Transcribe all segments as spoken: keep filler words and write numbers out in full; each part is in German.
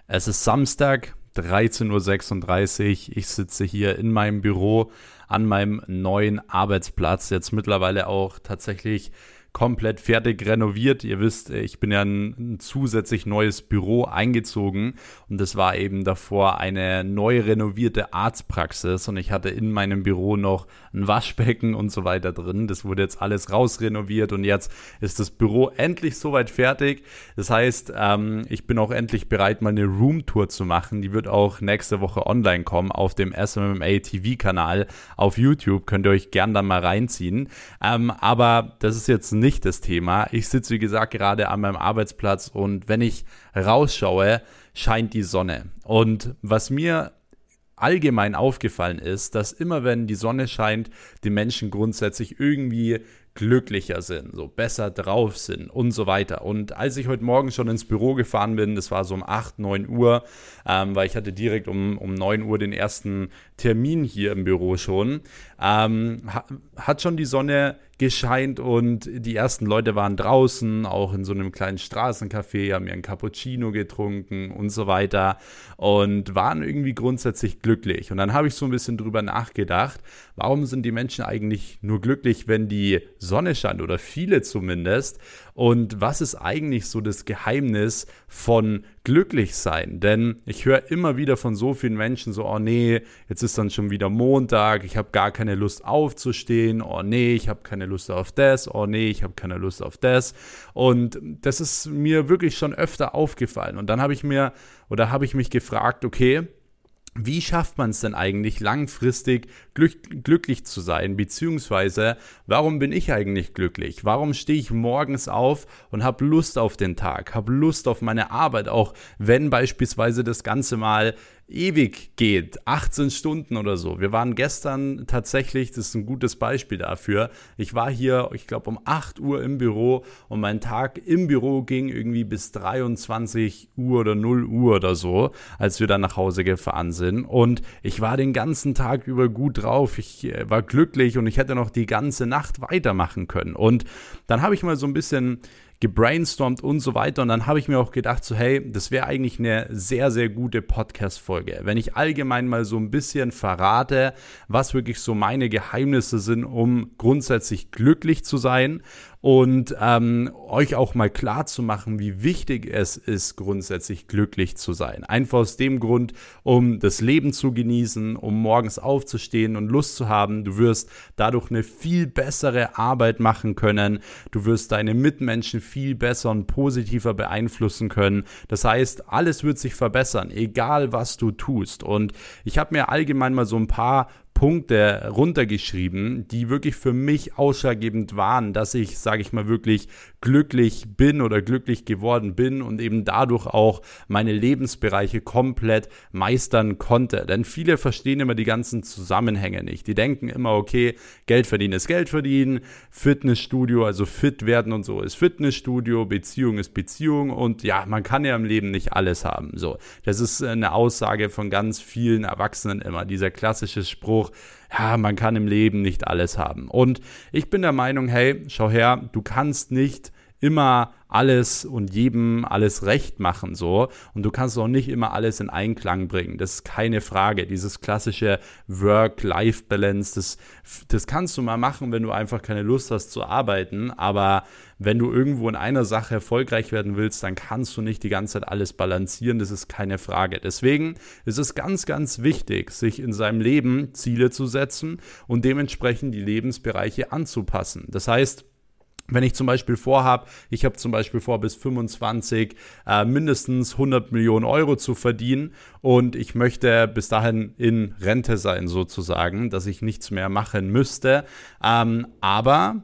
Es ist Samstag, dreizehn Uhr sechsunddreißig. Ich sitze hier in meinem Büro an meinem neuen Arbeitsplatz. Jetzt mittlerweile auch tatsächlich komplett fertig renoviert. Ihr wisst, ich bin ja ein, ein zusätzlich neues Büro eingezogen und das war eben davor eine neu renovierte Arztpraxis und ich hatte in meinem Büro noch ein Waschbecken und so weiter drin. Das wurde jetzt alles rausrenoviert und jetzt ist das Büro endlich soweit fertig. Das heißt, ähm, ich bin auch endlich bereit, mal eine Roomtour zu machen. Die wird auch nächste Woche online kommen auf dem S M M A T V-Kanal auf YouTube. Könnt ihr euch gern da mal reinziehen. Ähm, aber das ist jetzt nicht nicht das Thema. Ich sitze, wie gesagt, gerade an meinem Arbeitsplatz und wenn ich rausschaue, scheint die Sonne. Und was mir allgemein aufgefallen ist, dass immer wenn die Sonne scheint, die Menschen grundsätzlich irgendwie glücklicher sind, so besser drauf sind und so weiter. Und als ich heute Morgen schon ins Büro gefahren bin, das war so um acht, neun Uhr, ähm, weil ich hatte direkt um, um neun Uhr den ersten Termin hier im Büro schon, ähm, ha, hat schon die Sonne gescheint und die ersten Leute waren draußen, auch in so einem kleinen Straßencafé, haben mir einen Cappuccino getrunken und so weiter und waren irgendwie grundsätzlich glücklich. Und dann habe ich so ein bisschen drüber nachgedacht, warum sind die Menschen eigentlich nur glücklich, wenn die Sonne scheint oder viele zumindest? Und was ist eigentlich so das Geheimnis von glücklich sein? Denn ich höre immer wieder von so vielen Menschen so, oh nee, jetzt ist dann schon wieder Montag, ich habe gar keine Lust aufzustehen, oh nee, ich habe keine Lust auf das, oh nee, ich habe keine Lust auf das. Und das ist mir wirklich schon öfter aufgefallen. Und dann habe ich mir oder habe ich mich gefragt, okay, wie schafft man es denn eigentlich langfristig glück- glücklich zu sein, beziehungsweise warum bin ich eigentlich glücklich? Warum stehe ich morgens auf und habe Lust auf den Tag, habe Lust auf meine Arbeit, auch wenn beispielsweise das Ganze mal ewig geht, achtzehn Stunden oder so. Wir waren gestern tatsächlich, das ist ein gutes Beispiel dafür, ich war hier, ich glaube um acht Uhr im Büro und mein Tag im Büro ging irgendwie bis dreiundzwanzig Uhr oder null Uhr oder so, als wir dann nach Hause gefahren sind und ich war den ganzen Tag über gut drauf, ich war glücklich und ich hätte noch die ganze Nacht weitermachen können und dann habe ich mal so ein bisschen gebrainstormt und so weiter und dann habe ich mir auch gedacht, so hey, das wäre eigentlich eine sehr, sehr gute Podcast-Folge, wenn ich allgemein mal so ein bisschen verrate, was wirklich so meine Geheimnisse sind, um grundsätzlich glücklich zu sein und ähm, euch auch mal klar zu machen, wie wichtig es ist, grundsätzlich glücklich zu sein. Einfach aus dem Grund, um das Leben zu genießen, um morgens aufzustehen und Lust zu haben. Du wirst dadurch eine viel bessere Arbeit machen können. Du wirst deine Mitmenschen viel besser und positiver beeinflussen können. Das heißt, alles wird sich verbessern, egal was du tust. Und ich habe mir allgemein mal so ein paar Punkte runtergeschrieben, die wirklich für mich ausschlaggebend waren, dass ich, sage ich mal, wirklich glücklich bin oder glücklich geworden bin und eben dadurch auch meine Lebensbereiche komplett meistern konnte. Denn viele verstehen immer die ganzen Zusammenhänge nicht. Die denken immer, okay, Geld verdienen ist Geld verdienen, Fitnessstudio, also fit werden und so ist Fitnessstudio, Beziehung ist Beziehung und ja, man kann ja im Leben nicht alles haben. So, das ist eine Aussage von ganz vielen Erwachsenen immer, dieser klassische Spruch, ja, man kann im Leben nicht alles haben. Und ich bin der Meinung, hey, schau her, du kannst nicht immer alles und jedem alles recht machen, so. Und du kannst auch nicht immer alles in Einklang bringen. Das ist keine Frage. Dieses klassische Work-Life-Balance, das, das kannst du mal machen, wenn du einfach keine Lust hast zu arbeiten. Aber wenn du irgendwo in einer Sache erfolgreich werden willst, dann kannst du nicht die ganze Zeit alles balancieren. Das ist keine Frage. Deswegen ist es ganz, ganz wichtig, sich in seinem Leben Ziele zu setzen und dementsprechend die Lebensbereiche anzupassen. Das heißt, wenn ich zum Beispiel vorhabe, ich habe zum Beispiel vor, bis fünfundzwanzig äh, mindestens hundert Millionen Euro zu verdienen und ich möchte bis dahin in Rente sein sozusagen, dass ich nichts mehr machen müsste, ähm, aber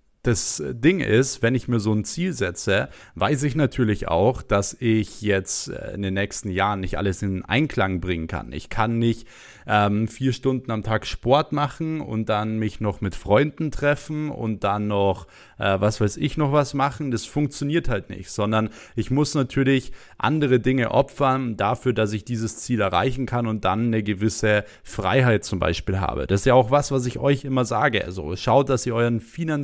das Ding ist, wenn ich mir so ein Ziel setze, weiß ich natürlich auch, dass ich jetzt in den nächsten Jahren nicht alles in Einklang bringen kann. Ich kann nicht ähm, vier Stunden am Tag Sport machen und dann mich noch mit Freunden treffen und dann noch, äh, was weiß ich, noch was machen. Das funktioniert halt nicht, sondern ich muss natürlich andere Dinge opfern dafür, dass ich dieses Ziel erreichen kann und dann eine gewisse Freiheit zum Beispiel habe. Das ist ja auch was, was ich euch immer sage. Also schaut, dass ihr euren finanziellen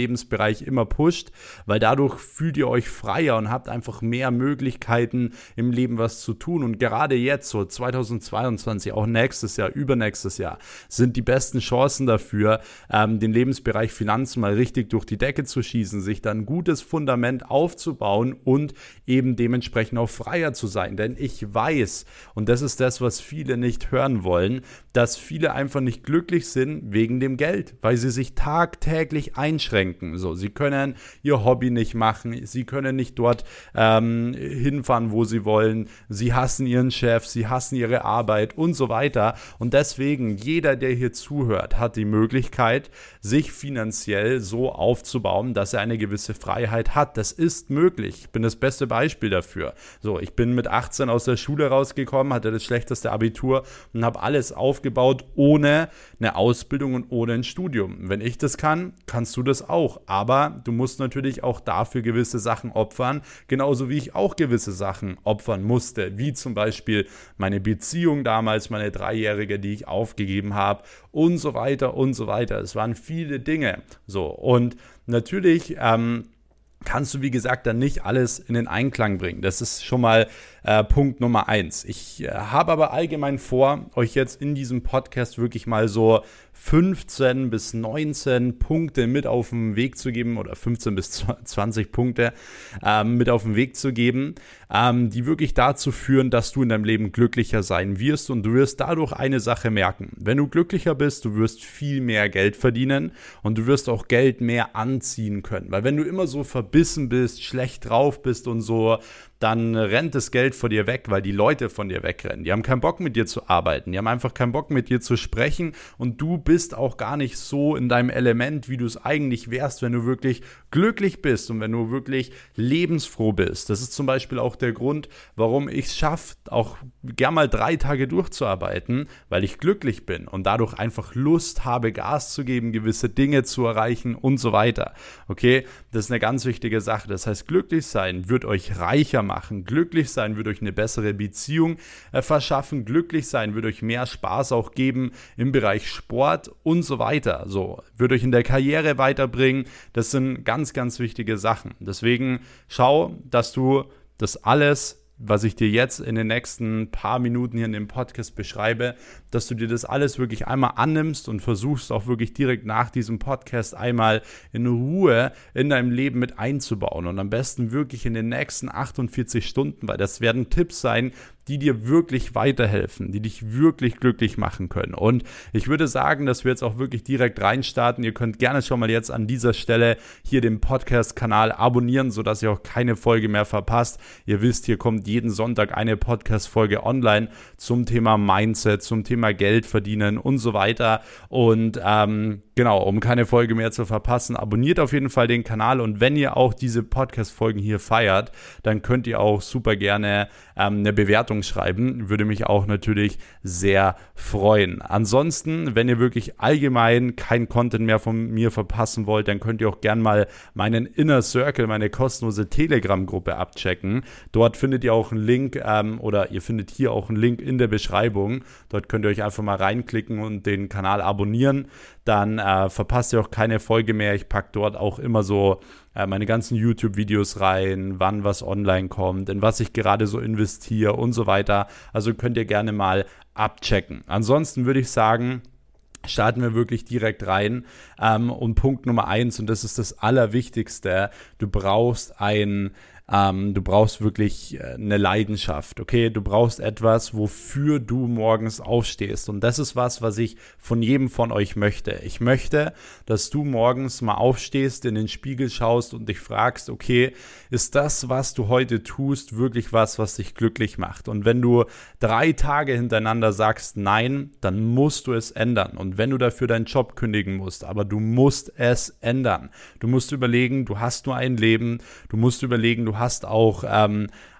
Lebensbereich immer pusht, weil dadurch fühlt ihr euch freier und habt einfach mehr Möglichkeiten im Leben was zu tun. Und gerade jetzt, so zweitausendzweiundzwanzig, auch nächstes Jahr, übernächstes Jahr, sind die besten Chancen dafür, ähm, den Lebensbereich Finanzen mal richtig durch die Decke zu schießen, sich dann ein gutes Fundament aufzubauen und eben dementsprechend auch freier zu sein. Denn ich weiß, und das ist das, was viele nicht hören wollen, dass viele einfach nicht glücklich sind wegen dem Geld, weil sie sich tagtäglich einschränken. So, sie können ihr Hobby nicht machen, sie können nicht dort ähm, hinfahren, wo sie wollen, sie hassen ihren Chef, sie hassen ihre Arbeit und so weiter. Und deswegen, jeder, der hier zuhört, hat die Möglichkeit, sich finanziell so aufzubauen, dass er eine gewisse Freiheit hat. Das ist möglich. Ich bin das beste Beispiel dafür. So, ich bin mit achtzehn aus der Schule rausgekommen, hatte das schlechteste Abitur und habe alles aufgebaut ohne eine Ausbildung und ohne ein Studium. Wenn ich das kann, kannst du das auch. Aber du musst natürlich auch dafür gewisse Sachen opfern, genauso wie ich auch gewisse Sachen opfern musste, wie zum Beispiel meine Beziehung damals, meine Dreijährige, die ich aufgegeben habe und so weiter und so weiter. Es waren viele Dinge. So, und natürlich ähm, kannst du, wie gesagt, dann nicht alles in den Einklang bringen. Das ist schon mal äh, Punkt Nummer eins. Ich äh, habe aber allgemein vor, euch jetzt in diesem Podcast wirklich mal so fünfzehn bis neunzehn Punkte mit auf den Weg zu geben oder fünfzehn bis zwanzig Punkte ähm, mit auf den Weg zu geben, ähm, die wirklich dazu führen, dass du in deinem Leben glücklicher sein wirst, und du wirst dadurch eine Sache merken. Wenn du glücklicher bist, du wirst viel mehr Geld verdienen und du wirst auch Geld mehr anziehen können, weil wenn du immer so verbissen bist, schlecht drauf bist und so, dann rennt das Geld vor dir weg, weil die Leute von dir wegrennen. Die haben keinen Bock, mit dir zu arbeiten. Die haben einfach keinen Bock, mit dir zu sprechen, und du bist auch gar nicht so in deinem Element, wie du es eigentlich wärst, wenn du wirklich glücklich bist und wenn du wirklich lebensfroh bist. Das ist zum Beispiel auch der Grund, warum ich es schaffe, auch gern mal drei Tage durchzuarbeiten, weil ich glücklich bin und dadurch einfach Lust habe, Gas zu geben, gewisse Dinge zu erreichen und so weiter. Okay, das ist eine ganz wichtige Sache. Das heißt, glücklich sein wird euch reicher machen. Machen. Glücklich sein wird euch eine bessere Beziehung äh, verschaffen. Glücklich sein wird euch mehr Spaß auch geben im Bereich Sport und so weiter. So, wird euch in der Karriere weiterbringen. Das sind ganz, ganz wichtige Sachen. Deswegen schau, dass du das alles, was ich dir jetzt in den nächsten paar Minuten hier in dem Podcast beschreibe, dass du dir das alles wirklich einmal annimmst und versuchst auch wirklich direkt nach diesem Podcast einmal in Ruhe in deinem Leben mit einzubauen, und am besten wirklich in den nächsten achtundvierzig Stunden, weil das werden Tipps sein, die dir wirklich weiterhelfen, die dich wirklich glücklich machen können. Und ich würde sagen, dass wir jetzt auch wirklich direkt reinstarten. Ihr könnt gerne schon mal jetzt an dieser Stelle hier den Podcast-Kanal abonnieren, sodass ihr auch keine Folge mehr verpasst. Ihr wisst, hier kommt jeden Sonntag eine Podcast-Folge online zum Thema Mindset, zum Thema Geld verdienen und so weiter. Und ähm, genau, um keine Folge mehr zu verpassen, abonniert auf jeden Fall den Kanal. Und wenn ihr auch diese Podcast-Folgen hier feiert, dann könnt ihr auch super gerne ähm, eine Bewertung schreiben, würde mich auch natürlich sehr freuen. Ansonsten, wenn ihr wirklich allgemein kein Content mehr von mir verpassen wollt, dann könnt ihr auch gerne mal meinen Inner Circle, meine kostenlose Telegram-Gruppe abchecken. Dort findet ihr auch einen Link ähm, oder ihr findet hier auch einen Link in der Beschreibung. Dort könnt ihr euch einfach mal reinklicken und den Kanal abonnieren. Dann äh, verpasst ihr auch keine Folge mehr. Ich packe dort auch immer so äh, meine ganzen YouTube-Videos rein, wann was online kommt, in was ich gerade so investiere und so weiter. Also könnt ihr gerne mal abchecken. Ansonsten würde ich sagen, starten wir wirklich direkt rein. Ähm, und Punkt Nummer eins, und das ist das Allerwichtigste, du brauchst ein Ähm, du brauchst wirklich äh, eine Leidenschaft, okay? Du brauchst etwas, wofür du morgens aufstehst. Und das ist was, was ich von jedem von euch möchte. Ich möchte, dass du morgens mal aufstehst, in den Spiegel schaust und dich fragst, okay, ist das, was du heute tust, wirklich was, was dich glücklich macht? Und wenn du drei Tage hintereinander sagst nein, dann musst du es ändern. Und wenn du dafür deinen Job kündigen musst, aber du musst es ändern. Du musst überlegen, du hast nur ein Leben, du musst überlegen, du hast auch ähm,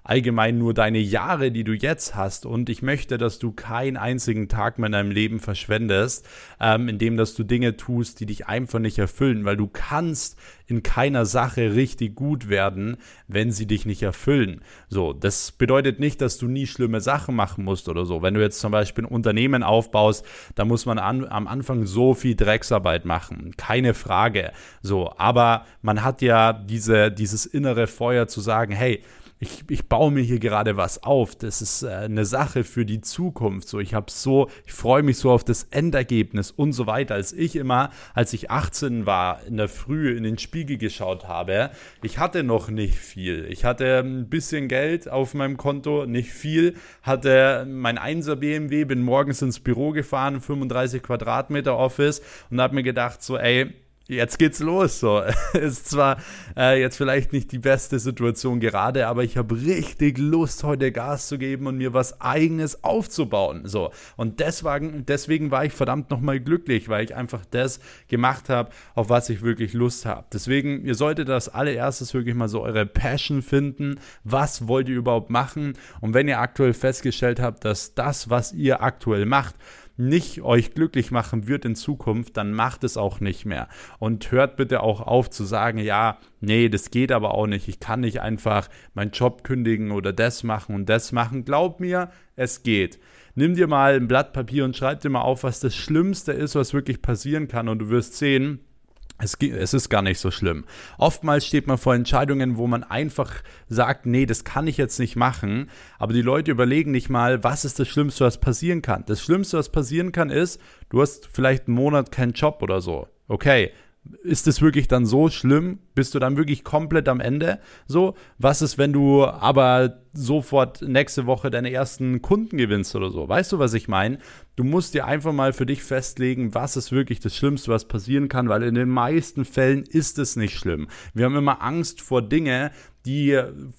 allgemein nur deine Jahre, die du jetzt hast. Und ich möchte, dass du keinen einzigen Tag mehr in deinem Leben verschwendest, ähm, indem dass du Dinge tust, die dich einfach nicht erfüllen, weil du kannst in keiner Sache richtig gut werden, wenn sie dich nicht erfüllen. So, das bedeutet nicht, dass du nie schlimme Sachen machen musst oder so. Wenn du jetzt zum Beispiel ein Unternehmen aufbaust, da muss man an, am Anfang so viel Drecksarbeit machen, keine Frage. So, aber man hat ja diese, dieses innere Feuer zu sagen, hey, Ich, ich baue mir hier gerade was auf. Das ist äh, eine Sache für die Zukunft. So, ich habe so, ich freue mich so auf das Endergebnis und so weiter. Als ich immer, als ich achtzehn war, in der Früh in den Spiegel geschaut habe, ich hatte noch nicht viel. Ich hatte ein bisschen Geld auf meinem Konto, nicht viel. Hatte mein Einser B M W, bin morgens ins Büro gefahren, fünfunddreißig Quadratmeter Office und habe mir gedacht so, ey, jetzt geht's los, so. Ist zwar äh, jetzt vielleicht nicht die beste Situation gerade, aber ich habe richtig Lust, heute Gas zu geben und mir was Eigenes aufzubauen, so. Und deswegen, deswegen war ich verdammt nochmal glücklich, weil ich einfach das gemacht habe, auf was ich wirklich Lust habe. Deswegen, ihr solltet das allererstes wirklich mal so eure Passion finden. Was wollt ihr überhaupt machen? Und wenn ihr aktuell festgestellt habt, dass das, was ihr aktuell macht, nicht euch glücklich machen wird in Zukunft, dann macht es auch nicht mehr. Und hört bitte auch auf zu sagen, ja, nee, das geht aber auch nicht. Ich kann nicht einfach meinen Job kündigen oder das machen und das machen. Glaub mir, es geht. Nimm dir mal ein Blatt Papier und schreib dir mal auf, was das Schlimmste ist, was wirklich passieren kann, und du wirst sehen, Es, es ist gar nicht so schlimm. Oftmals steht man vor Entscheidungen, wo man einfach sagt, nee, das kann ich jetzt nicht machen. Aber die Leute überlegen nicht mal, was ist das Schlimmste, was passieren kann. Das Schlimmste, was passieren kann, ist, du hast vielleicht einen Monat keinen Job oder so. Okay, ist es wirklich dann so schlimm? Bist du dann wirklich komplett am Ende? So, was ist, wenn du aber sofort nächste Woche deine ersten Kunden gewinnst oder so? Weißt du, was ich meine? Du musst dir einfach mal für dich festlegen, was ist wirklich das Schlimmste, was passieren kann, weil in den meisten Fällen ist es nicht schlimm. Wir haben immer Angst vor Dinge, die,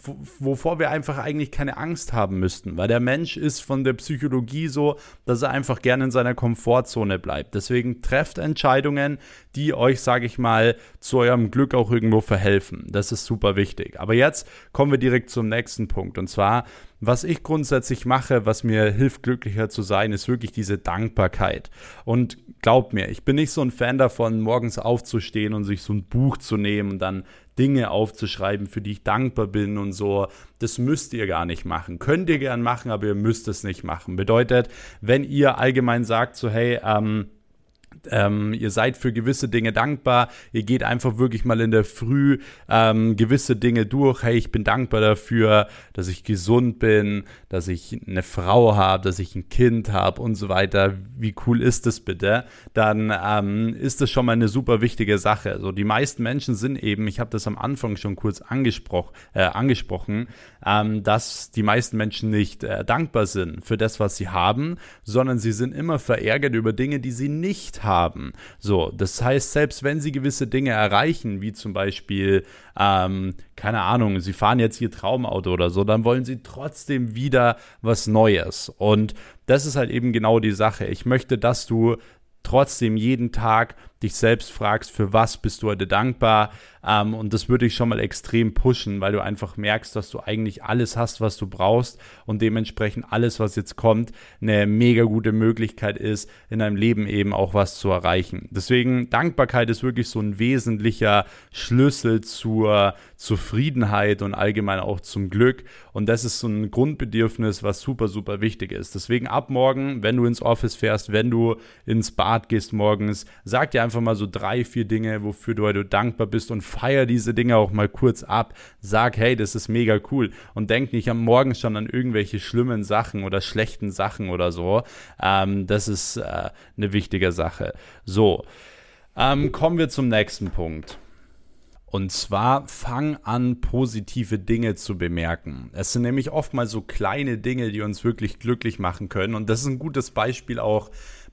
wovor wir einfach eigentlich keine Angst haben müssten, weil der Mensch ist von der Psychologie so, dass er einfach gerne in seiner Komfortzone bleibt. Deswegen trefft Entscheidungen, die euch, sage ich mal, zu eurem Glück auch irgendwo verhelfen. Das ist super wichtig. Aber jetzt kommen wir direkt zum nächsten Punkt, und zwar, was ich grundsätzlich mache, was mir hilft, glücklicher zu sein, ist wirklich diese Dankbarkeit. Und glaubt mir, ich bin nicht so ein Fan davon, morgens aufzustehen und sich so ein Buch zu nehmen und dann Dinge aufzuschreiben, für die ich dankbar bin und so. Das müsst ihr gar nicht machen. Könnt ihr gern machen, aber ihr müsst es nicht machen. Bedeutet, wenn ihr allgemein sagt so, hey, ähm, Ähm, ihr seid für gewisse Dinge dankbar, ihr geht einfach wirklich mal in der Früh ähm, gewisse Dinge durch. Hey, ich bin dankbar dafür, dass ich gesund bin, dass ich eine Frau habe, dass ich ein Kind habe und so weiter. Wie cool ist das bitte? Dann ähm, ist das schon mal eine super wichtige Sache. Also die meisten Menschen sind eben, ich habe das am Anfang schon kurz angesproch, äh, angesprochen, ähm, dass die meisten Menschen nicht äh, dankbar sind für das, was sie haben, sondern sie sind immer verärgert über Dinge, die sie nicht haben. haben. So, das heißt, selbst wenn sie gewisse Dinge erreichen, wie zum Beispiel, ähm, keine Ahnung, sie fahren jetzt ihr Traumauto oder so, dann wollen sie trotzdem wieder was Neues. Und das ist halt eben genau die Sache. Ich möchte, dass du trotzdem jeden Tag dich selbst fragst, für was bist du heute dankbar, ähm, und das würde ich schon mal extrem pushen, weil du einfach merkst, dass du eigentlich alles hast, was du brauchst, und dementsprechend alles, was jetzt kommt, eine mega gute Möglichkeit ist, in deinem Leben eben auch was zu erreichen. Deswegen, Dankbarkeit ist wirklich so ein wesentlicher Schlüssel zur Zufriedenheit und allgemein auch zum Glück, und das ist so ein Grundbedürfnis, was super, super wichtig ist. Deswegen ab morgen, wenn du ins Office fährst, wenn du ins Bad gehst morgens, sag dir einfach mal so drei, vier Dinge, wofür du heute dankbar bist, und feier diese Dinge auch mal kurz ab. Sag, hey, das ist mega cool, und denk nicht am Morgen schon an irgendwelche schlimmen Sachen oder schlechten Sachen oder so. Ähm, das ist äh, eine wichtige Sache. So, ähm, kommen wir zum nächsten Punkt. Und zwar, fang an, positive Dinge zu bemerken. Es sind nämlich oftmals so kleine Dinge, die uns wirklich glücklich machen können. Und das ist ein gutes Beispiel auch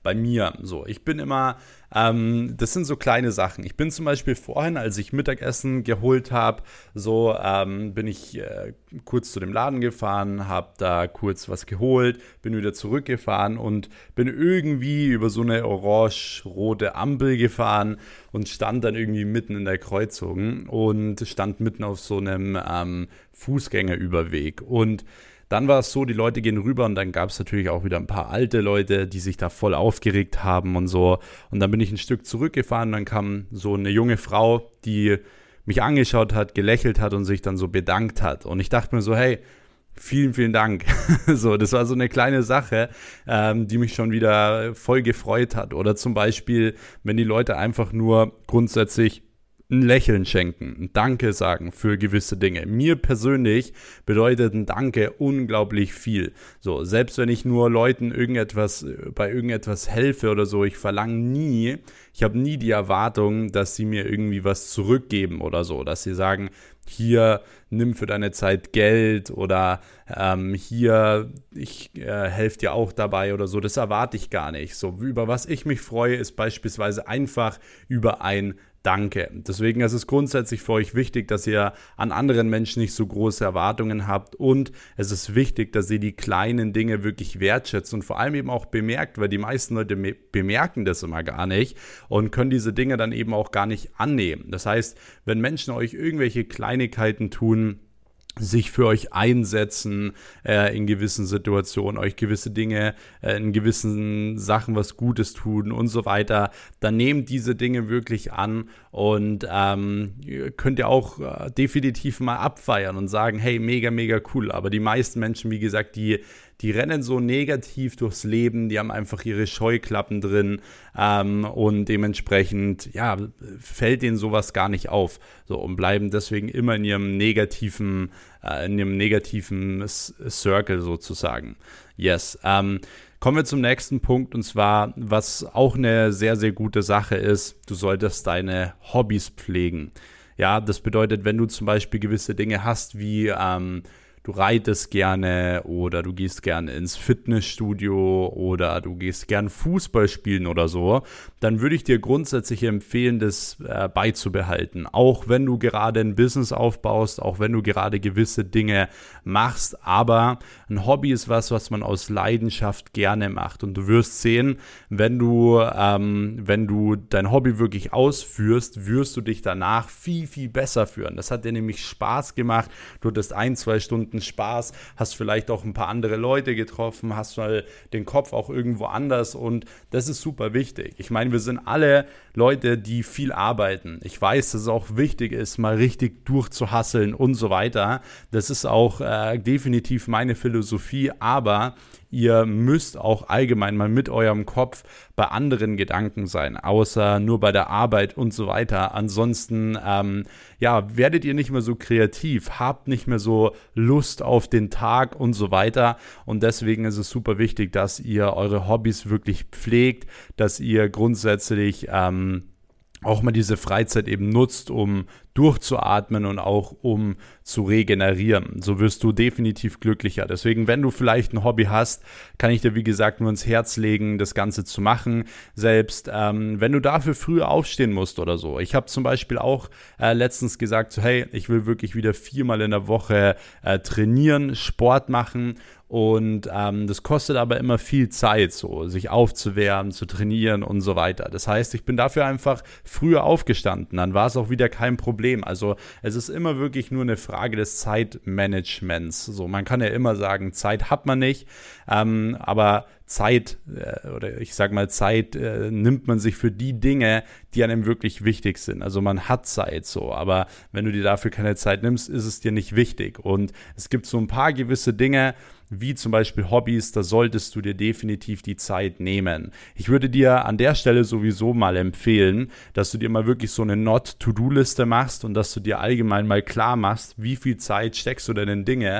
bei mir so. Ich bin immer, ähm, das sind so kleine Sachen. Ich bin zum Beispiel vorhin, als ich Mittagessen geholt habe, so ähm, bin ich äh, kurz zu dem Laden gefahren, habe da kurz was geholt, bin wieder zurückgefahren und bin irgendwie über so eine orange-rote Ampel gefahren und stand dann irgendwie mitten in der Kreuzung und stand mitten auf so einem ähm, Fußgängerüberweg. Und dann war es so, die Leute gehen rüber und dann gab es natürlich auch wieder ein paar alte Leute, die sich da voll aufgeregt haben und so. Und dann bin ich ein Stück zurückgefahren und dann kam so eine junge Frau, die mich angeschaut hat, gelächelt hat und sich dann so bedankt hat. Und ich dachte mir so, hey, vielen, vielen Dank. So, das war so eine kleine Sache, ähm, die mich schon wieder voll gefreut hat. Oder zum Beispiel, wenn die Leute einfach nur grundsätzlich ein Lächeln schenken, ein Danke sagen für gewisse Dinge. Mir persönlich bedeutet ein Danke unglaublich viel. So, selbst wenn ich nur Leuten irgendetwas, bei irgendetwas helfe oder so, ich verlange nie, ich habe nie die Erwartung, dass sie mir irgendwie was zurückgeben oder so, dass sie sagen, hier, nimm für deine Zeit Geld oder ähm, hier, ich äh, helfe dir auch dabei oder so. Das erwarte ich gar nicht. So, über was ich mich freue, ist beispielsweise einfach über ein Danke. Deswegen ist es grundsätzlich für euch wichtig, dass ihr an anderen Menschen nicht so große Erwartungen habt und es ist wichtig, dass ihr die kleinen Dinge wirklich wertschätzt und vor allem eben auch bemerkt, weil die meisten Leute me- bemerken das immer gar nicht und können diese Dinge dann eben auch gar nicht annehmen. Das heißt, wenn Menschen euch irgendwelche Kleinigkeiten tun, sich für euch einsetzen äh, in gewissen Situationen, euch gewisse Dinge äh, in gewissen Sachen was Gutes tun und so weiter, dann nehmt diese Dinge wirklich an und ähm, könnt ihr auch äh, definitiv mal abfeiern und sagen, hey, mega, mega cool. Aber die meisten Menschen, wie gesagt, die Die rennen so negativ durchs Leben, die haben einfach ihre Scheuklappen drin ähm, und dementsprechend ja, fällt denen sowas gar nicht auf so, und bleiben deswegen immer in ihrem negativen, äh, in ihrem negativen Circle sozusagen. Yes. Ähm, kommen wir zum nächsten Punkt und zwar, was auch eine sehr, sehr gute Sache ist, du solltest deine Hobbys pflegen. Ja, das bedeutet, wenn du zum Beispiel gewisse Dinge hast wie ähm, du reitest gerne oder du gehst gerne ins Fitnessstudio oder du gehst gern Fußball spielen oder so, dann würde ich dir grundsätzlich empfehlen, das äh, beizubehalten. Auch wenn du gerade ein Business aufbaust, auch wenn du gerade gewisse Dinge machst, aber ein Hobby ist was, was man aus Leidenschaft gerne macht und du wirst sehen, wenn du, ähm, wenn du dein Hobby wirklich ausführst, wirst du dich danach viel, viel besser fühlen. Das hat dir nämlich Spaß gemacht, du hattest ein, zwei Stunden Spaß, hast vielleicht auch ein paar andere Leute getroffen, hast mal den Kopf auch irgendwo anders und das ist super wichtig. Ich meine, wir sind alle Leute, die viel arbeiten. Ich weiß, dass es auch wichtig ist, mal richtig durchzuhasseln und so weiter. Das ist auch äh, definitiv meine Philosophie, aber ihr müsst auch allgemein mal mit eurem Kopf bei anderen Gedanken sein, außer nur bei der Arbeit und so weiter. Ansonsten, ähm, ja, werdet ihr nicht mehr so kreativ, habt nicht mehr so Lust auf den Tag und so weiter. Und deswegen ist es super wichtig, dass ihr eure Hobbys wirklich pflegt, dass ihr grundsätzlich ähm, auch mal diese Freizeit eben nutzt, um durchzuatmen und auch um zu regenerieren. So wirst du definitiv glücklicher. Deswegen, wenn du vielleicht ein Hobby hast, kann ich dir, wie gesagt, nur ins Herz legen, das Ganze zu machen. Selbst ähm, wenn du dafür früher aufstehen musst oder so. Ich habe zum Beispiel auch äh, letztens gesagt, so, hey, ich will wirklich wieder viermal in der Woche äh, trainieren, Sport machen. Und ähm, das kostet aber immer viel Zeit, so sich aufzuwärmen, zu trainieren und so weiter. Das heißt, ich bin dafür einfach früher aufgestanden. Dann war es auch wieder kein Problem. Also es ist immer wirklich nur eine Frage des Zeitmanagements. So, man kann ja immer sagen, Zeit hat man nicht, ähm, aber Zeit äh, oder ich sag mal Zeit äh, nimmt man sich für die Dinge, die einem wirklich wichtig sind. Also man hat Zeit so, aber wenn du dir dafür keine Zeit nimmst, ist es dir nicht wichtig. Und es gibt so ein paar gewisse Dinge, wie zum Beispiel Hobbys, da solltest du dir definitiv die Zeit nehmen. Ich würde dir an der Stelle sowieso mal empfehlen, dass du dir mal wirklich so eine Not-to-Do-Liste machst und dass du dir allgemein mal klar machst, wie viel Zeit steckst du denn in Dinge,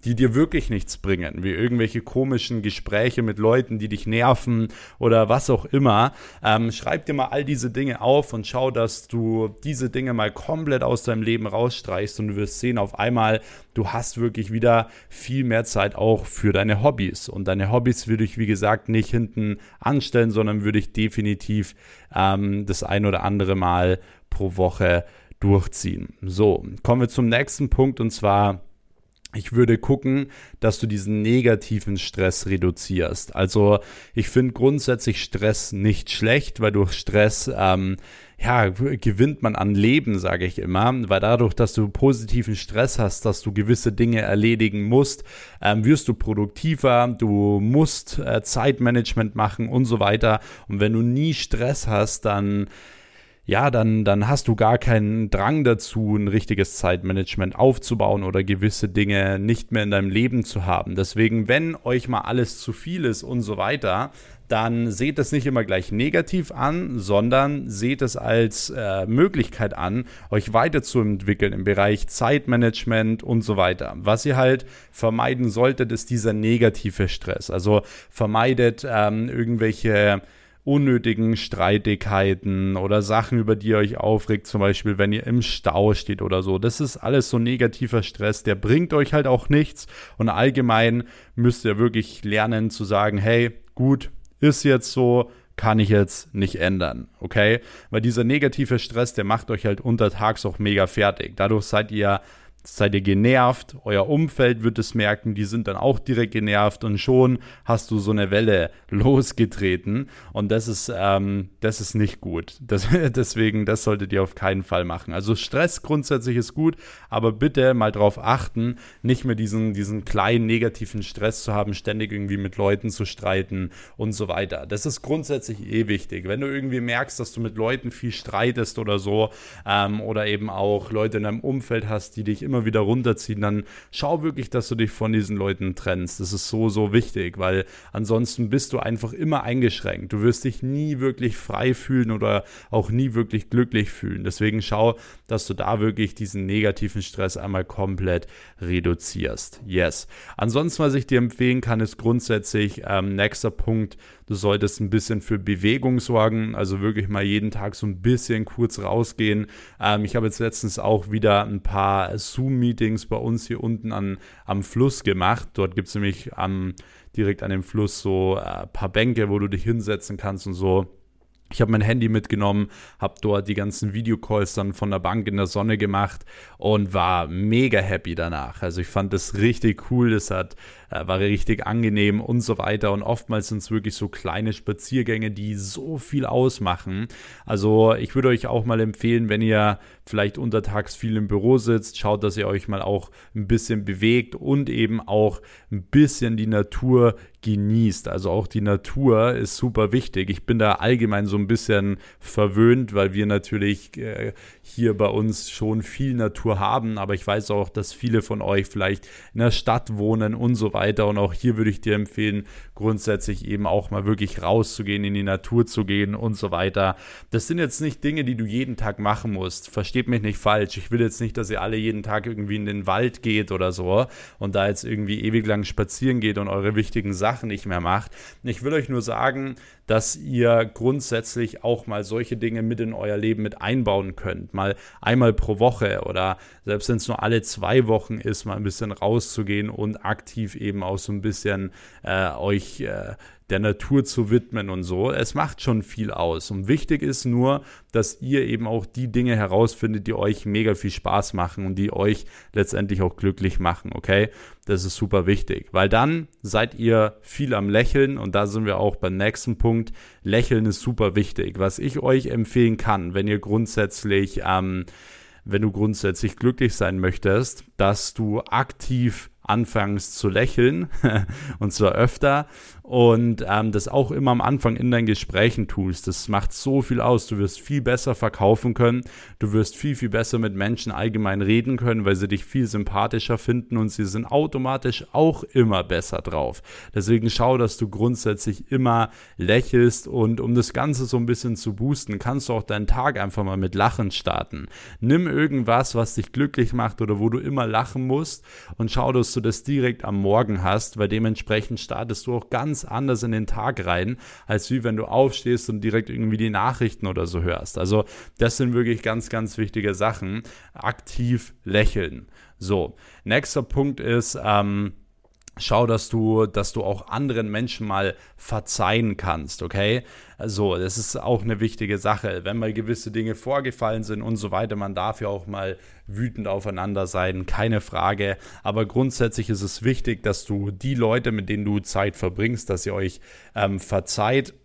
die dir wirklich nichts bringen, wie irgendwelche komischen Gespräche mit Leuten, die dich nerven oder was auch immer. Ähm, schreib dir mal all diese Dinge auf und schau, dass du diese Dinge mal komplett aus deinem Leben rausstreichst und du wirst sehen, auf einmal, du hast wirklich wieder viel mehr Zeit auch für deine Hobbys. Und deine Hobbys würde ich, wie gesagt, nicht hinten anstellen, sondern würde ich definitiv ähm, das ein oder andere Mal pro Woche durchziehen. So, kommen wir zum nächsten Punkt, und zwar: Ich würde gucken, dass du diesen negativen Stress reduzierst. Also ich finde grundsätzlich Stress nicht schlecht, weil durch Stress ähm, ja, gewinnt man an Leben, sage ich immer. Weil dadurch, dass du positiven Stress hast, dass du gewisse Dinge erledigen musst, ähm, wirst du produktiver, du musst äh, Zeitmanagement machen und so weiter. Und wenn du nie Stress hast, dann ja, dann, dann hast du gar keinen Drang dazu, ein richtiges Zeitmanagement aufzubauen oder gewisse Dinge nicht mehr in deinem Leben zu haben. Deswegen, wenn euch mal alles zu viel ist und so weiter, dann seht es nicht immer gleich negativ an, sondern seht es als äh, Möglichkeit an, euch weiterzuentwickeln im Bereich Zeitmanagement und so weiter. Was ihr halt vermeiden solltet, ist dieser negative Stress. Also vermeidet ähm, irgendwelche unnötigen Streitigkeiten oder Sachen, über die ihr euch aufregt, zum Beispiel, wenn ihr im Stau steht oder so. Das ist alles so negativer Stress, der bringt euch halt auch nichts, und allgemein müsst ihr wirklich lernen zu sagen, hey, gut, ist jetzt so, kann ich jetzt nicht ändern, okay? Weil dieser negative Stress, der macht euch halt untertags auch mega fertig. Dadurch seid ihr Seid ihr genervt, euer Umfeld wird es merken, die sind dann auch direkt genervt, und schon hast du so eine Welle losgetreten, und das ist, ähm, das ist nicht gut. Das, deswegen, das solltet ihr auf keinen Fall machen. Also Stress grundsätzlich ist gut, aber bitte mal drauf achten, nicht mehr diesen, diesen kleinen negativen Stress zu haben, ständig irgendwie mit Leuten zu streiten und so weiter. Das ist grundsätzlich eh wichtig. Wenn du irgendwie merkst, dass du mit Leuten viel streitest oder so, ähm, oder eben auch Leute in deinem Umfeld hast, die dich immer immer wieder runterziehen, dann schau wirklich, dass du dich von diesen Leuten trennst. Das ist so, so wichtig, weil ansonsten bist du einfach immer eingeschränkt. Du wirst dich nie wirklich frei fühlen oder auch nie wirklich glücklich fühlen. Deswegen schau, dass du da wirklich diesen negativen Stress einmal komplett reduzierst. Yes. Ansonsten, was ich dir empfehlen kann, ist grundsätzlich, ähm, nächster Punkt, du solltest ein bisschen für Bewegung sorgen, also wirklich mal jeden Tag so ein bisschen kurz rausgehen. Ähm, ich habe jetzt letztens auch wieder ein paar Zoom-Meetings bei uns hier unten an, am Fluss gemacht. Dort gibt es nämlich ähm, direkt an dem Fluss so ein äh, paar Bänke, wo du dich hinsetzen kannst und so. Ich habe mein Handy mitgenommen, habe dort die ganzen Videocalls dann von der Bank in der Sonne gemacht und war mega happy danach. Also ich fand das richtig cool, das hat, äh, war richtig angenehm und so weiter. Und oftmals sind es wirklich so kleine Spaziergänge, die so viel ausmachen. Also ich würde euch auch mal empfehlen, wenn ihr vielleicht untertags viel im Büro sitzt, schaut, dass ihr euch mal auch ein bisschen bewegt und eben auch ein bisschen die Natur genießt. Also auch die Natur ist super wichtig. Ich bin da allgemein so ein bisschen verwöhnt, weil wir natürlich äh, hier bei uns schon viel Natur haben, aber ich weiß auch, dass viele von euch vielleicht in der Stadt wohnen und so weiter, und auch hier würde ich dir empfehlen, grundsätzlich eben auch mal wirklich rauszugehen, in die Natur zu gehen und so weiter. Das sind jetzt nicht Dinge, die du jeden Tag machen musst. Versteht mich nicht falsch. Ich will jetzt nicht, dass ihr alle jeden Tag irgendwie in den Wald geht oder so und da jetzt irgendwie ewig lang spazieren geht und eure wichtigen Sachen nicht mehr macht. Ich will euch nur sagen, dass ihr grundsätzlich auch mal solche Dinge mit in euer Leben mit einbauen könnt. Mal einmal pro Woche oder selbst wenn es nur alle zwei Wochen ist, mal ein bisschen rauszugehen und aktiv eben auch so ein bisschen äh, euch äh, der Natur zu widmen und so. Es macht schon viel aus. Und wichtig ist nur, dass ihr eben auch die Dinge herausfindet, die euch mega viel Spaß machen und die euch letztendlich auch glücklich machen, okay? Das ist super wichtig, weil dann seid ihr viel am Lächeln, und da sind wir auch beim nächsten Punkt. Lächeln ist super wichtig. Was ich euch empfehlen kann, wenn ihr grundsätzlich, ähm, wenn du grundsätzlich glücklich sein möchtest, dass du aktiv anfängst zu lächeln und zwar öfter, und ähm, das auch immer am Anfang in deinen Gesprächen tust. Das macht so viel aus. Du wirst viel besser verkaufen können. Du wirst viel, viel besser mit Menschen allgemein reden können, weil sie dich viel sympathischer finden und sie sind automatisch auch immer besser drauf. Deswegen schau, dass du grundsätzlich immer lächelst, und um das Ganze so ein bisschen zu boosten, kannst du auch deinen Tag einfach mal mit Lachen starten. Nimm irgendwas, was dich glücklich macht oder wo du immer lachen musst, und schau, dass du das direkt am Morgen hast, weil dementsprechend startest du auch ganz anders in den Tag rein, als wie wenn du aufstehst und direkt irgendwie die Nachrichten oder so hörst. Also das sind wirklich ganz, ganz wichtige Sachen. Aktiv lächeln. So, nächster Punkt ist, ähm, schau, dass du, dass du auch anderen Menschen mal verzeihen kannst, okay? Also, das ist auch eine wichtige Sache. Wenn mal gewisse Dinge vorgefallen sind und so weiter, man darf ja auch mal wütend aufeinander sein, keine Frage. Aber grundsätzlich ist es wichtig, dass du die Leute, mit denen du Zeit verbringst, dass ihr euch ähm, verzeiht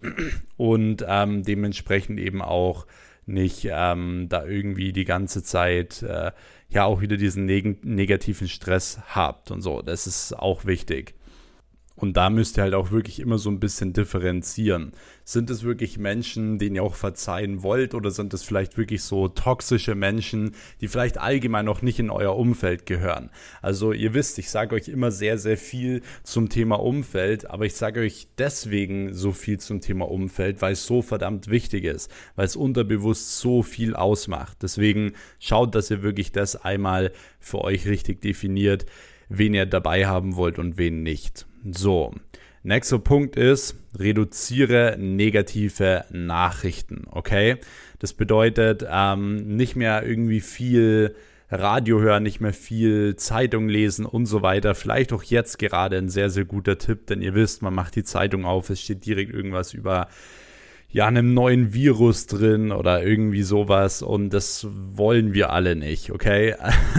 und ähm, dementsprechend eben auch nicht ähm, da irgendwie die ganze Zeit äh, ja auch wieder diesen neg- negativen Stress habt und so. Das ist auch wichtig. Und da müsst ihr halt auch wirklich immer so ein bisschen differenzieren. Sind es wirklich Menschen, denen ihr auch verzeihen wollt, oder sind es vielleicht wirklich so toxische Menschen, die vielleicht allgemein noch nicht in euer Umfeld gehören? Also ihr wisst, ich sage euch immer sehr, sehr viel zum Thema Umfeld, aber ich sage euch deswegen so viel zum Thema Umfeld, weil es so verdammt wichtig ist, weil es unterbewusst so viel ausmacht. Deswegen schaut, dass ihr wirklich das einmal für euch richtig definiert, wen ihr dabei haben wollt und wen nicht. So, nächster Punkt ist, reduziere negative Nachrichten, okay? Das bedeutet, ähm, nicht mehr irgendwie viel Radio hören, nicht mehr viel Zeitung lesen und so weiter. Vielleicht auch jetzt gerade ein sehr, sehr guter Tipp, denn ihr wisst, man macht die Zeitung auf, es steht direkt irgendwas über ja, einem neuen Virus drin oder irgendwie sowas, und das wollen wir alle nicht, okay?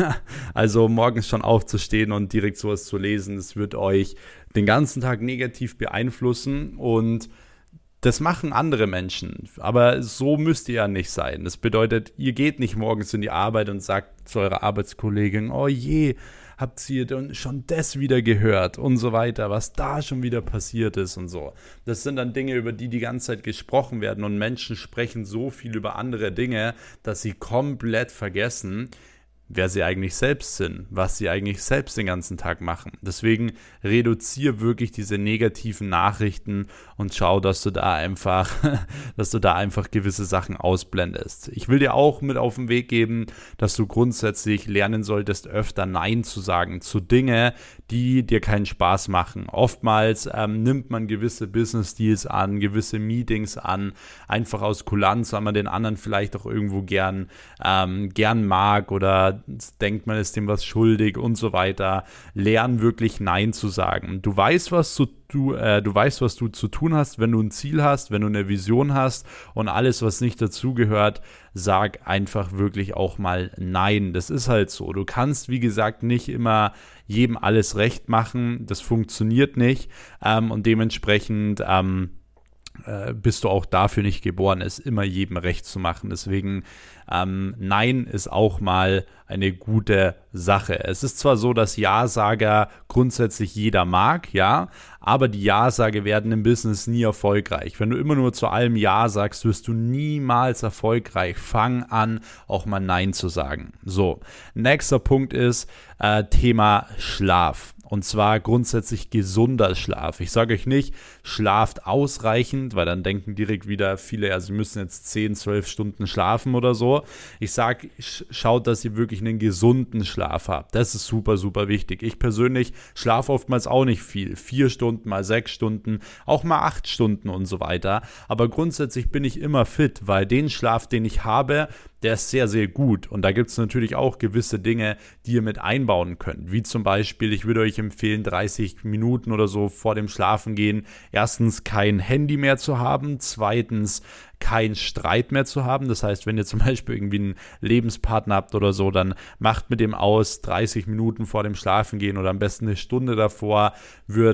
Also morgens schon aufzustehen und direkt sowas zu lesen, das wird euch den ganzen Tag negativ beeinflussen, und das machen andere Menschen, aber so müsst ihr ja nicht sein. Das bedeutet, ihr geht nicht morgens in die Arbeit und sagt zu eurer Arbeitskollegin, oh je, habt ihr denn schon das wieder gehört und so weiter, was da schon wieder passiert ist und so. Das sind dann Dinge, über die die ganze Zeit gesprochen werden, und Menschen sprechen so viel über andere Dinge, dass sie komplett vergessen, wer sie eigentlich selbst sind, was sie eigentlich selbst den ganzen Tag machen. Deswegen reduziere wirklich diese negativen Nachrichten und schau, dass du da einfach, dass du da einfach gewisse Sachen ausblendest. Ich will dir auch mit auf den Weg geben, dass du grundsätzlich lernen solltest, öfter Nein zu sagen zu Dingen, die dir keinen Spaß machen. Oftmals ähm, nimmt man gewisse Business Deals an, gewisse Meetings an, einfach aus Kulanz, weil man den anderen vielleicht auch irgendwo gern, ähm, gern mag, oder denkt, man ist dem was schuldig und so weiter. Lern wirklich Nein zu sagen. Du weißt, was zu Du, äh, du weißt, was du zu tun hast, wenn du ein Ziel hast, wenn du eine Vision hast, und alles, was nicht dazugehört, sag einfach wirklich auch mal Nein. Das ist halt so. Du kannst, wie gesagt, nicht immer jedem alles recht machen. Das funktioniert nicht, ähm, und dementsprechend ähm, äh, bist du auch dafür nicht geboren, es immer jedem recht zu machen. Deswegen ähm, Nein ist auch mal eine gute Sache. Es ist zwar so, dass Ja-Sager grundsätzlich jeder mag, ja, aber die Ja-Sager werden im Business nie erfolgreich. Wenn du immer nur zu allem Ja sagst, wirst du niemals erfolgreich. Fang an, auch mal Nein zu sagen. So, nächster Punkt ist äh, Thema Schlaf. Und zwar grundsätzlich gesunder Schlaf. Ich sage euch nicht, schlaft ausreichend, weil dann denken direkt wieder viele, also sie müssen jetzt zehn, zwölf Stunden schlafen oder so. Ich sage, schaut, dass ihr wirklich einen gesunden Schlaf habt. Das ist super, super wichtig. Ich persönlich schlafe oftmals auch nicht viel. Vier Stunden, mal sechs Stunden, auch mal acht Stunden und so weiter. Aber grundsätzlich bin ich immer fit, weil den Schlaf, den ich habe, der ist sehr, sehr gut. Und da gibt es natürlich auch gewisse Dinge, die ihr mit einbauen könnt. Wie zum Beispiel, ich würde euch empfehlen, dreißig Minuten oder so vor dem Schlafengehen erstens kein Handy mehr zu haben, zweitens kein Streit mehr zu haben. Das heißt, wenn ihr zum Beispiel irgendwie einen Lebenspartner habt oder so, dann macht mit dem aus, dreißig Minuten vor dem Schlafengehen oder am besten eine Stunde davor wird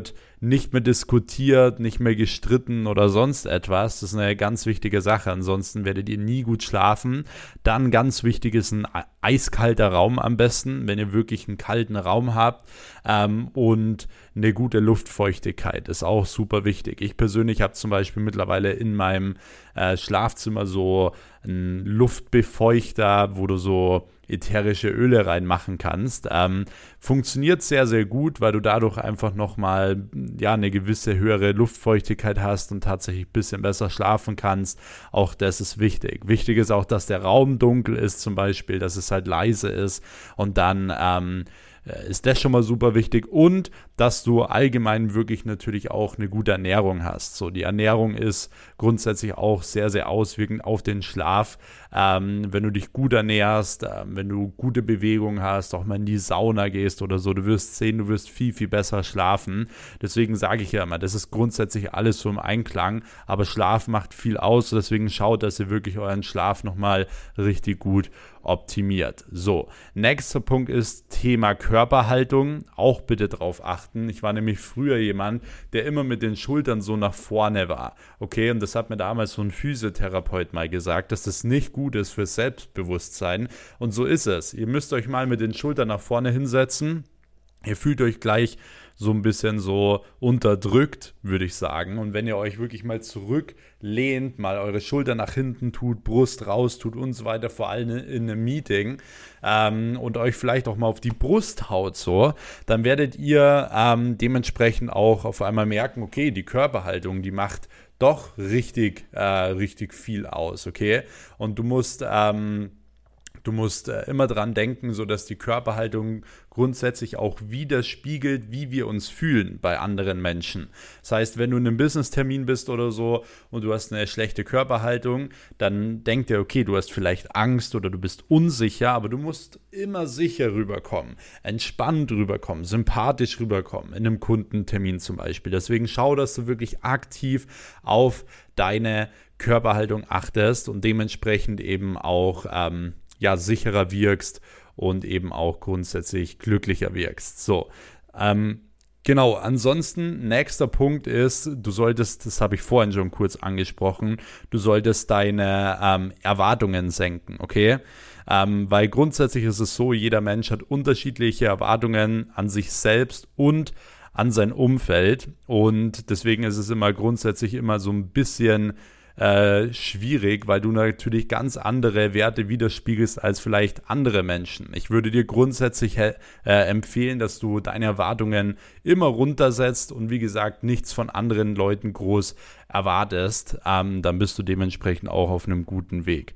nicht mehr diskutiert, nicht mehr gestritten oder sonst etwas. Das ist eine ganz wichtige Sache. Ansonsten werdet ihr nie gut schlafen. Dann ganz wichtig ist ein eiskalter Raum am besten, wenn ihr wirklich einen kalten Raum habt, ähm, und eine gute Luftfeuchtigkeit ist auch super wichtig. Ich persönlich habe zum Beispiel mittlerweile in meinem äh, Schlafzimmer so einen Luftbefeuchter, wo du so ätherische Öle reinmachen kannst. Ähm, funktioniert sehr, sehr gut, weil du dadurch einfach nochmal ja, eine gewisse höhere Luftfeuchtigkeit hast und tatsächlich ein bisschen besser schlafen kannst. Auch das ist wichtig. Wichtig ist auch, dass der Raum dunkel ist zum Beispiel, dass es halt leise ist und dann ähm, ist das schon mal super wichtig und dass du allgemein wirklich natürlich auch eine gute Ernährung hast. So, die Ernährung ist grundsätzlich auch sehr, sehr auswirkend auf den Schlaf. Ähm, wenn du dich gut ernährst, äh, wenn du gute Bewegung hast, auch mal in die Sauna gehst oder so, du wirst sehen, du wirst viel, viel besser schlafen. Deswegen sage ich ja immer, das ist grundsätzlich alles so im Einklang, aber Schlaf macht viel aus, deswegen schaut, dass ihr wirklich euren Schlaf nochmal richtig gut optimiert. So, nächster Punkt ist Thema Körperhaltung. Auch bitte drauf achten. Ich war nämlich früher jemand, der immer mit den Schultern so nach vorne war. Okay, und das hat mir damals so ein Physiotherapeut mal gesagt, dass das nicht gut ist fürs Selbstbewusstsein. Und so ist es. Ihr müsst euch mal mit den Schultern nach vorne hinsetzen. Ihr fühlt euch gleich so ein bisschen so unterdrückt, würde ich sagen. Und wenn ihr euch wirklich mal zurücklehnt, mal eure Schulter nach hinten tut, Brust raus tut und so weiter, vor allem in einem Meeting, ähm, und euch vielleicht auch mal auf die Brust haut so, dann werdet ihr ähm, dementsprechend auch auf einmal merken, okay, die Körperhaltung, die macht doch richtig, äh, richtig viel aus, okay? Und du musst... Ähm, Du musst äh, immer dran denken, so dass die Körperhaltung grundsätzlich auch widerspiegelt, wie wir uns fühlen bei anderen Menschen. Das heißt, wenn du in einem Business-Termin bist oder so und du hast eine schlechte Körperhaltung, dann denk dir, okay, du hast vielleicht Angst oder du bist unsicher, aber du musst immer sicher rüberkommen, entspannt rüberkommen, sympathisch rüberkommen, in einem Kundentermin zum Beispiel. Deswegen schau, dass du wirklich aktiv auf deine Körperhaltung achtest und dementsprechend eben auch ähm, ja, sicherer wirkst und eben auch grundsätzlich glücklicher wirkst. So, ähm, genau, ansonsten, nächster Punkt ist, du solltest, das habe ich vorhin schon kurz angesprochen, du solltest deine ähm, Erwartungen senken, okay? Ähm, weil grundsätzlich ist es so, jeder Mensch hat unterschiedliche Erwartungen an sich selbst und an sein Umfeld und deswegen ist es immer grundsätzlich immer so ein bisschen Äh, schwierig, weil du natürlich ganz andere Werte widerspiegelst als vielleicht andere Menschen. Ich würde dir grundsätzlich äh, empfehlen, dass du deine Erwartungen immer runtersetzt und wie gesagt nichts von anderen Leuten groß erwartest. Ähm, dann bist du dementsprechend auch auf einem guten Weg.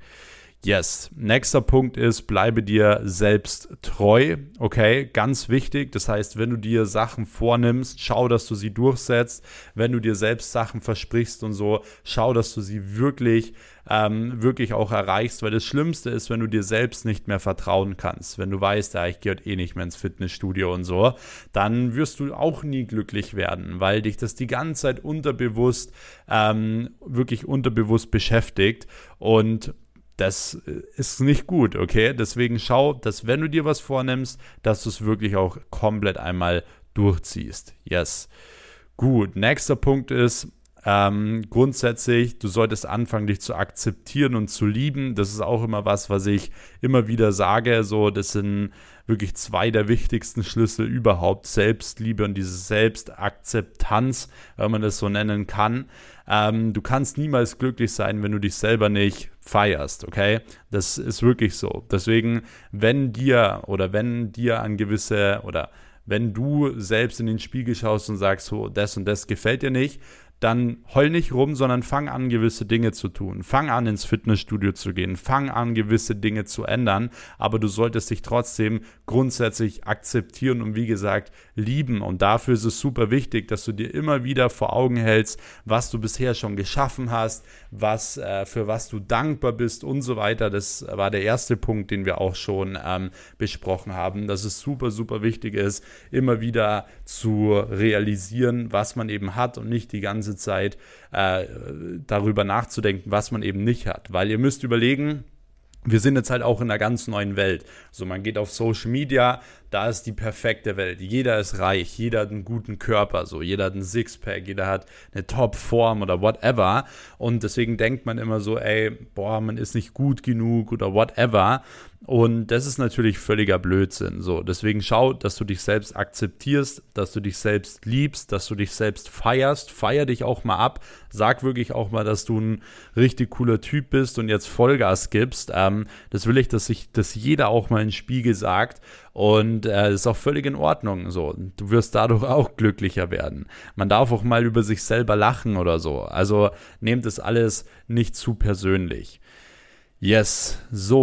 Yes. Nächster Punkt ist, bleibe dir selbst treu. Okay, ganz wichtig. Das heißt, wenn du dir Sachen vornimmst, schau, dass du sie durchsetzt. Wenn du dir selbst Sachen versprichst und so, schau, dass du sie wirklich, ähm, wirklich auch erreichst. Weil das Schlimmste ist, wenn du dir selbst nicht mehr vertrauen kannst. Wenn du weißt, ja, ich gehe heute eh nicht mehr ins Fitnessstudio und so, dann wirst du auch nie glücklich werden, weil dich das die ganze Zeit unterbewusst, ähm, wirklich unterbewusst beschäftigt und das ist nicht gut, okay? Deswegen schau, dass wenn du dir was vornimmst, dass du es wirklich auch komplett einmal durchziehst. Yes. Gut, nächster Punkt ist, ähm, grundsätzlich, du solltest anfangen, dich zu akzeptieren und zu lieben. Das ist auch immer was, was ich immer wieder sage. So, das sind wirklich zwei der wichtigsten Schlüssel überhaupt. Selbstliebe und diese Selbstakzeptanz, wenn man das so nennen kann. Ähm, du kannst niemals glücklich sein, wenn du dich selber nicht feierst, okay? Das ist wirklich so. Deswegen, wenn dir oder wenn dir an gewisse oder wenn du selbst in den Spiegel schaust und sagst, so, das und das gefällt dir nicht, dann heul nicht rum, sondern fang an, gewisse Dinge zu tun. Fang an, ins Fitnessstudio zu gehen. Fang an, gewisse Dinge zu ändern. Aber du solltest dich trotzdem grundsätzlich akzeptieren und wie gesagt, lieben. Und dafür ist es super wichtig, dass du dir immer wieder vor Augen hältst, was du bisher schon geschaffen hast, was, äh, für was du dankbar bist und so weiter. Das war der erste Punkt, den wir auch schon ähm, besprochen haben, dass es super, super wichtig ist, immer wieder zu realisieren, was man eben hat und nicht die ganze Zeit äh, darüber nachzudenken, was man eben nicht hat. Weil ihr müsst überlegen, wir sind jetzt halt auch in einer ganz neuen Welt. So, man geht auf Social Media, da ist die perfekte Welt. Jeder ist reich, jeder hat einen guten Körper, so, jeder hat einen Sixpack, jeder hat eine Top-Form oder whatever. Und deswegen denkt man immer so, ey, boah, man ist nicht gut genug oder whatever. Und das ist natürlich völliger Blödsinn. So, deswegen schau, dass du dich selbst akzeptierst, dass du dich selbst liebst, dass du dich selbst feierst. Feier dich auch mal ab. Sag wirklich auch mal, dass du ein richtig cooler Typ bist und jetzt Vollgas gibst. Ähm, das will ich, dass sich das jeder auch mal in den Spiegel sagt. Und äh, das ist auch völlig in Ordnung. So, du wirst dadurch auch glücklicher werden. Man darf auch mal über sich selber lachen oder so. Also nehmt das alles nicht zu persönlich. Yes,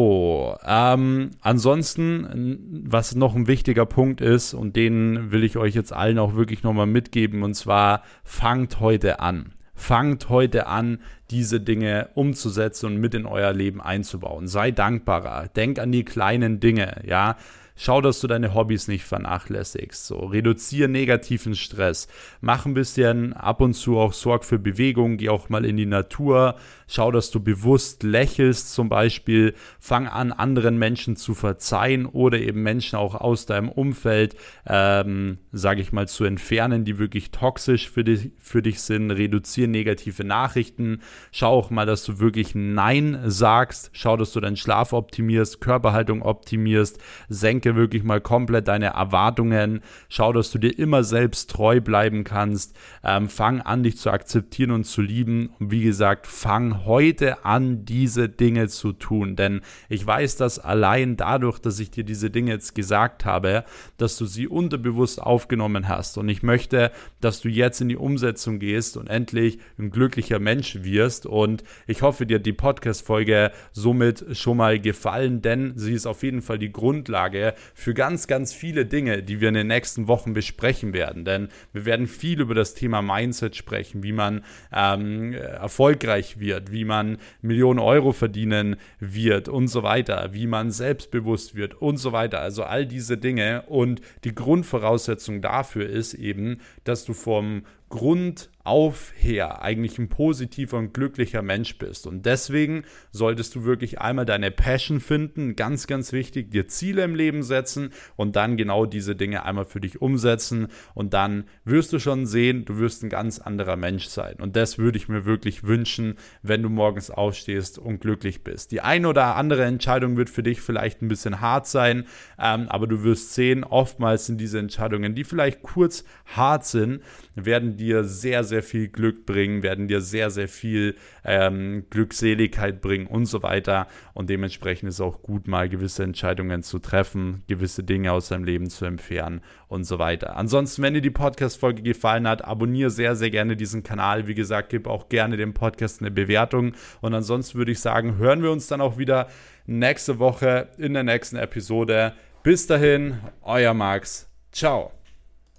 so, ähm, ansonsten, was noch ein wichtiger Punkt ist und den will ich euch jetzt allen auch wirklich nochmal mitgeben, und zwar fangt heute an. Fangt heute an, diese Dinge umzusetzen und mit in euer Leben einzubauen. Sei dankbarer, denk an die kleinen Dinge, ja. Schau, dass du deine Hobbys nicht vernachlässigst. So, reduziere negativen Stress. Mach ein bisschen ab und zu auch Sorg für Bewegung. Geh auch mal in die Natur. Schau, dass du bewusst lächelst zum Beispiel. Fang an, anderen Menschen zu verzeihen oder eben Menschen auch aus deinem Umfeld, ähm, sage ich mal, zu entfernen, die wirklich toxisch für dich, für dich sind. Reduziere negative Nachrichten. Schau auch mal, dass du wirklich Nein sagst. Schau, dass du deinen Schlaf optimierst, Körperhaltung optimierst. Senke wirklich mal komplett deine Erwartungen. Schau, dass du dir immer selbst treu bleiben kannst. Ähm, fang an, dich zu akzeptieren und zu lieben. Und wie gesagt, fang heute an, diese Dinge zu tun. Denn ich weiß, dass allein dadurch, dass ich dir diese Dinge jetzt gesagt habe, dass du sie unterbewusst aufgenommen hast. Und ich möchte, dass du jetzt in die Umsetzung gehst und endlich ein glücklicher Mensch wirst. Und ich hoffe, dir hat die Podcast-Folge somit schon mal gefallen, denn sie ist auf jeden Fall die Grundlage für ganz, ganz viele Dinge, die wir in den nächsten Wochen besprechen werden. Denn wir werden viel über das Thema Mindset sprechen, wie man ähm, erfolgreich wird, wie man Millionen Euro verdienen wird und so weiter, wie man selbstbewusst wird und so weiter. Also all diese Dinge. Und die Grundvoraussetzung dafür ist eben, dass du vom Grund auf her eigentlich ein positiver und glücklicher Mensch bist. Und deswegen solltest du wirklich einmal deine Passion finden, ganz, ganz wichtig, dir Ziele im Leben setzen und dann genau diese Dinge einmal für dich umsetzen und dann wirst du schon sehen, du wirst ein ganz anderer Mensch sein. Und das würde ich mir wirklich wünschen, wenn du morgens aufstehst und glücklich bist. Die eine oder andere Entscheidung wird für dich vielleicht ein bisschen hart sein, ähm, aber du wirst sehen, oftmals sind diese Entscheidungen, die vielleicht kurz hart sind, werden dir sehr, sehr viel Glück bringen, werden dir sehr, sehr viel ähm, Glückseligkeit bringen und so weiter. Und dementsprechend ist es auch gut, mal gewisse Entscheidungen zu treffen, gewisse Dinge aus deinem Leben zu entfernen und so weiter. Ansonsten, wenn dir die Podcast-Folge gefallen hat, abonniere sehr, sehr gerne diesen Kanal. Wie gesagt, gib auch gerne dem Podcast eine Bewertung. Und ansonsten würde ich sagen, hören wir uns dann auch wieder nächste Woche in der nächsten Episode. Bis dahin, euer Max. Ciao.